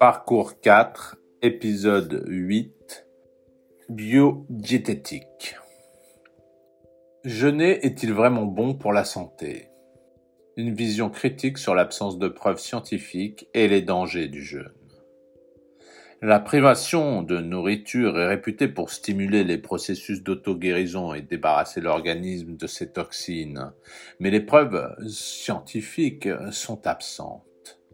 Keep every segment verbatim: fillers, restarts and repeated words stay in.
Parcours quatre, épisode huit, biodiététique. Jeûner est-il vraiment bon pour la santé? Une vision critique sur l'absence de preuves scientifiques et les dangers du jeûne. La privation de nourriture est réputée pour stimuler les processus d'auto-guérison et débarrasser l'organisme de ses toxines, mais les preuves scientifiques sont absentes.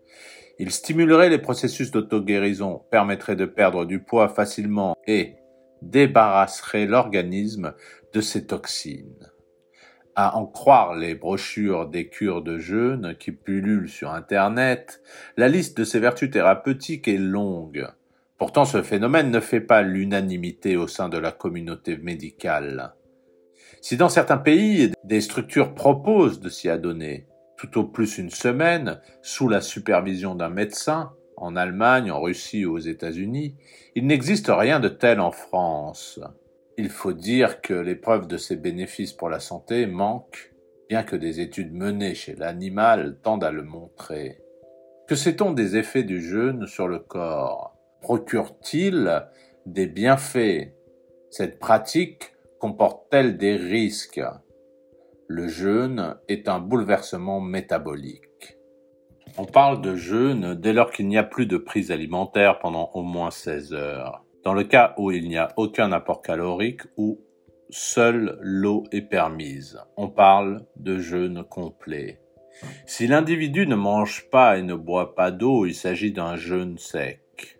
Il stimulerait les processus d'auto-guérison, permettrait de perdre du poids facilement et débarrasserait l'organisme de ses toxines. À en croire les brochures des cures de jeûne qui pullulent sur Internet, la liste de ces vertus thérapeutiques est longue. Pourtant, ce phénomène ne fait pas l'unanimité au sein de la communauté médicale. Si dans certains pays, des structures proposent de s'y adonner, tout au plus une semaine, sous la supervision d'un médecin, en Allemagne, en Russie ou aux États-Unis, il n'existe rien de tel en France. Il faut dire que les preuves de ces bénéfices pour la santé manquent, bien que des études menées chez l'animal tendent à le montrer. Que sait-on des effets du jeûne sur le corps? Procure-t-il des bienfaits? Cette pratique comporte-t-elle des risques? Le jeûne est un bouleversement métabolique. On parle de jeûne dès lors qu'il n'y a plus de prise alimentaire pendant au moins seize heures. Dans le cas où il n'y a aucun apport calorique ou seule l'eau est permise, on parle de jeûne complet. Si l'individu ne mange pas et ne boit pas d'eau, il s'agit d'un jeûne sec.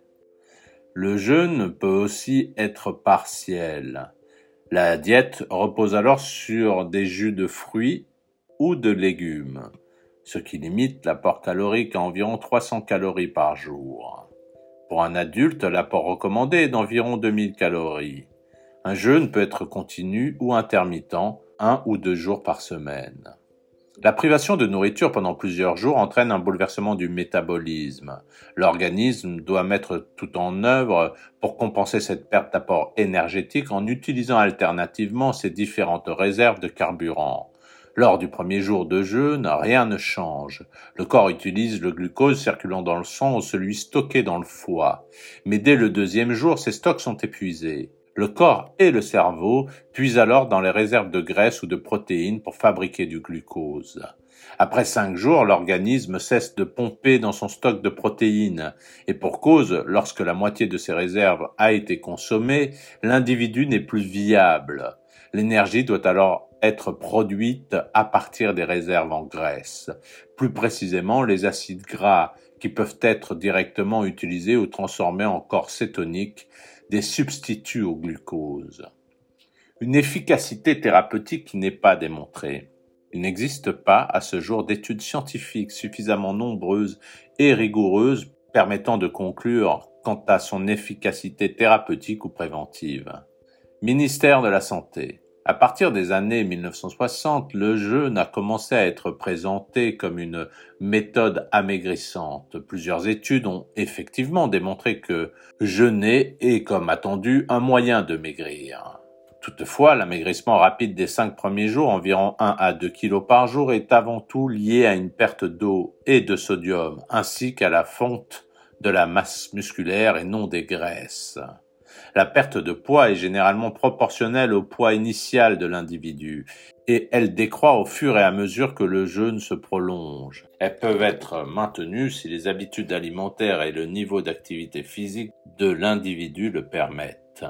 Le jeûne peut aussi être partiel. La diète repose alors sur des jus de fruits ou de légumes, ce qui limite l'apport calorique à environ trois cents calories par jour. Pour un adulte, l'apport recommandé est d'environ deux mille calories. Un jeûne peut être continu ou intermittent, un ou deux jours par semaine. La privation de nourriture pendant plusieurs jours entraîne un bouleversement du métabolisme. L'organisme doit mettre tout en œuvre pour compenser cette perte d'apport énergétique en utilisant alternativement ses différentes réserves de carburant. Lors du premier jour de jeûne, rien ne change. Le corps utilise le glucose circulant dans le sang ou celui stocké dans le foie. Mais dès le deuxième jour, ces stocks sont épuisés. Le corps et le cerveau puisent alors dans les réserves de graisse ou de protéines pour fabriquer du glucose. Après cinq jours, l'organisme cesse de pomper dans son stock de protéines. Et pour cause, lorsque la moitié de ces réserves a été consommée, l'individu n'est plus viable. L'énergie doit alors être produite à partir des réserves en graisse. Plus précisément, les acides gras qui peuvent être directement utilisés ou transformés en corps cétoniques, des substituts au glucose. Une efficacité thérapeutique qui n'est pas démontrée. Il n'existe pas à ce jour d'études scientifiques suffisamment nombreuses et rigoureuses permettant de conclure quant à son efficacité thérapeutique ou préventive. Ministère de la Santé. À partir des années mille neuf cent soixante, le jeûne a commencé à être présenté comme une méthode amaigrissante. Plusieurs études ont effectivement démontré que jeûner est, comme attendu, un moyen de maigrir. Toutefois, l'amaigrissement rapide des cinq premiers jours, environ un à deux kilos par jour, est avant tout lié à une perte d'eau et de sodium, ainsi qu'à la fonte de la masse musculaire et non des graisses. La perte de poids est généralement proportionnelle au poids initial de l'individu et elle décroît au fur et à mesure que le jeûne se prolonge. Elles peuvent être maintenues si les habitudes alimentaires et le niveau d'activité physique de l'individu le permettent.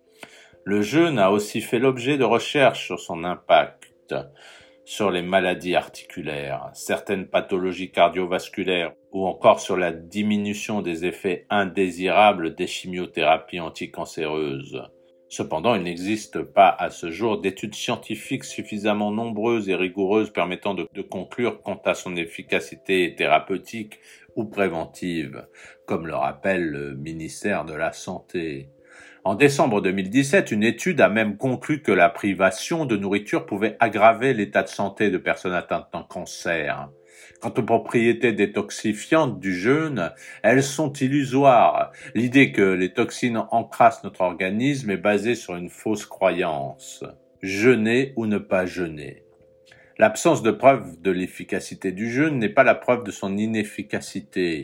Le jeûne a aussi fait l'objet de recherches sur son impact sur les maladies articulaires, certaines pathologies cardiovasculaires ou encore sur la diminution des effets indésirables des chimiothérapies anticancéreuses. Cependant, il n'existe pas à ce jour d'études scientifiques suffisamment nombreuses et rigoureuses permettant de, de conclure quant à son efficacité thérapeutique ou préventive, comme le rappelle le ministère de la Santé. En décembre deux mille dix-sept, une étude a même conclu que la privation de nourriture pouvait aggraver l'état de santé de personnes atteintes d'un cancer. Quant aux propriétés détoxifiantes du jeûne, elles sont illusoires. L'idée que les toxines encrassent notre organisme est basée sur une fausse croyance. Jeûner ou ne pas jeûner. L'absence de preuve de l'efficacité du jeûne n'est pas la preuve de son inefficacité.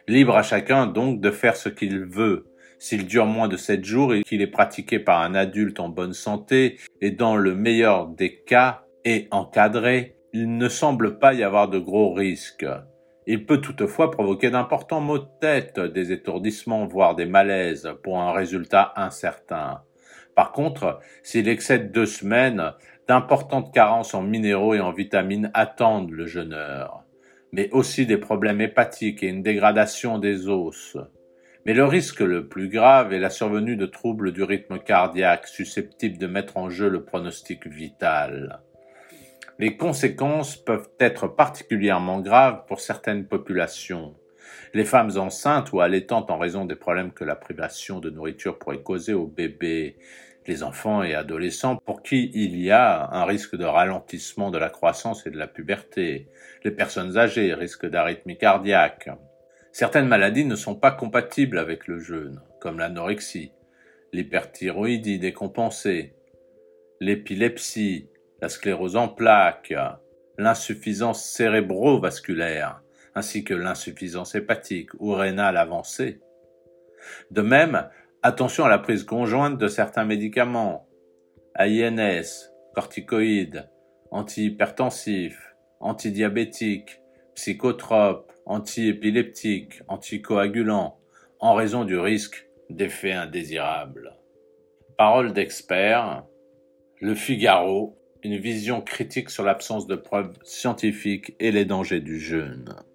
Libre à chacun donc de faire ce qu'il veut. S'il dure moins de sept jours et qu'il est pratiqué par un adulte en bonne santé et dans le meilleur des cas est encadré, il ne semble pas y avoir de gros risques. Il peut toutefois provoquer d'importants maux de tête, des étourdissements, voire des malaises, pour un résultat incertain. Par contre, s'il excède deux semaines, d'importantes carences en minéraux et en vitamines attendent le jeûneur, mais aussi des problèmes hépatiques et une dégradation des os. Mais le risque le plus grave est la survenue de troubles du rythme cardiaque susceptibles de mettre en jeu le pronostic vital. Les conséquences peuvent être particulièrement graves pour certaines populations. Les femmes enceintes ou allaitantes en raison des problèmes que la privation de nourriture pourrait causer aux bébés, les enfants et adolescents pour qui il y a un risque de ralentissement de la croissance et de la puberté, les personnes âgées, risque d'arythmie cardiaque. Certaines maladies ne sont pas compatibles avec le jeûne, comme l'anorexie, l'hyperthyroïdie décompensée, l'épilepsie, la sclérose en plaques, l'insuffisance cérébrovasculaire, ainsi que l'insuffisance hépatique ou rénale avancée. De même, attention à la prise conjointe de certains médicaments, A I N S, corticoïdes, antihypertensifs, antidiabétiques, psychotropes, antiépileptiques, anticoagulants, en raison du risque d'effets indésirables. Parole d'expert, Le Figaro, une vision critique sur l'absence de preuves scientifiques et les dangers du jeûne.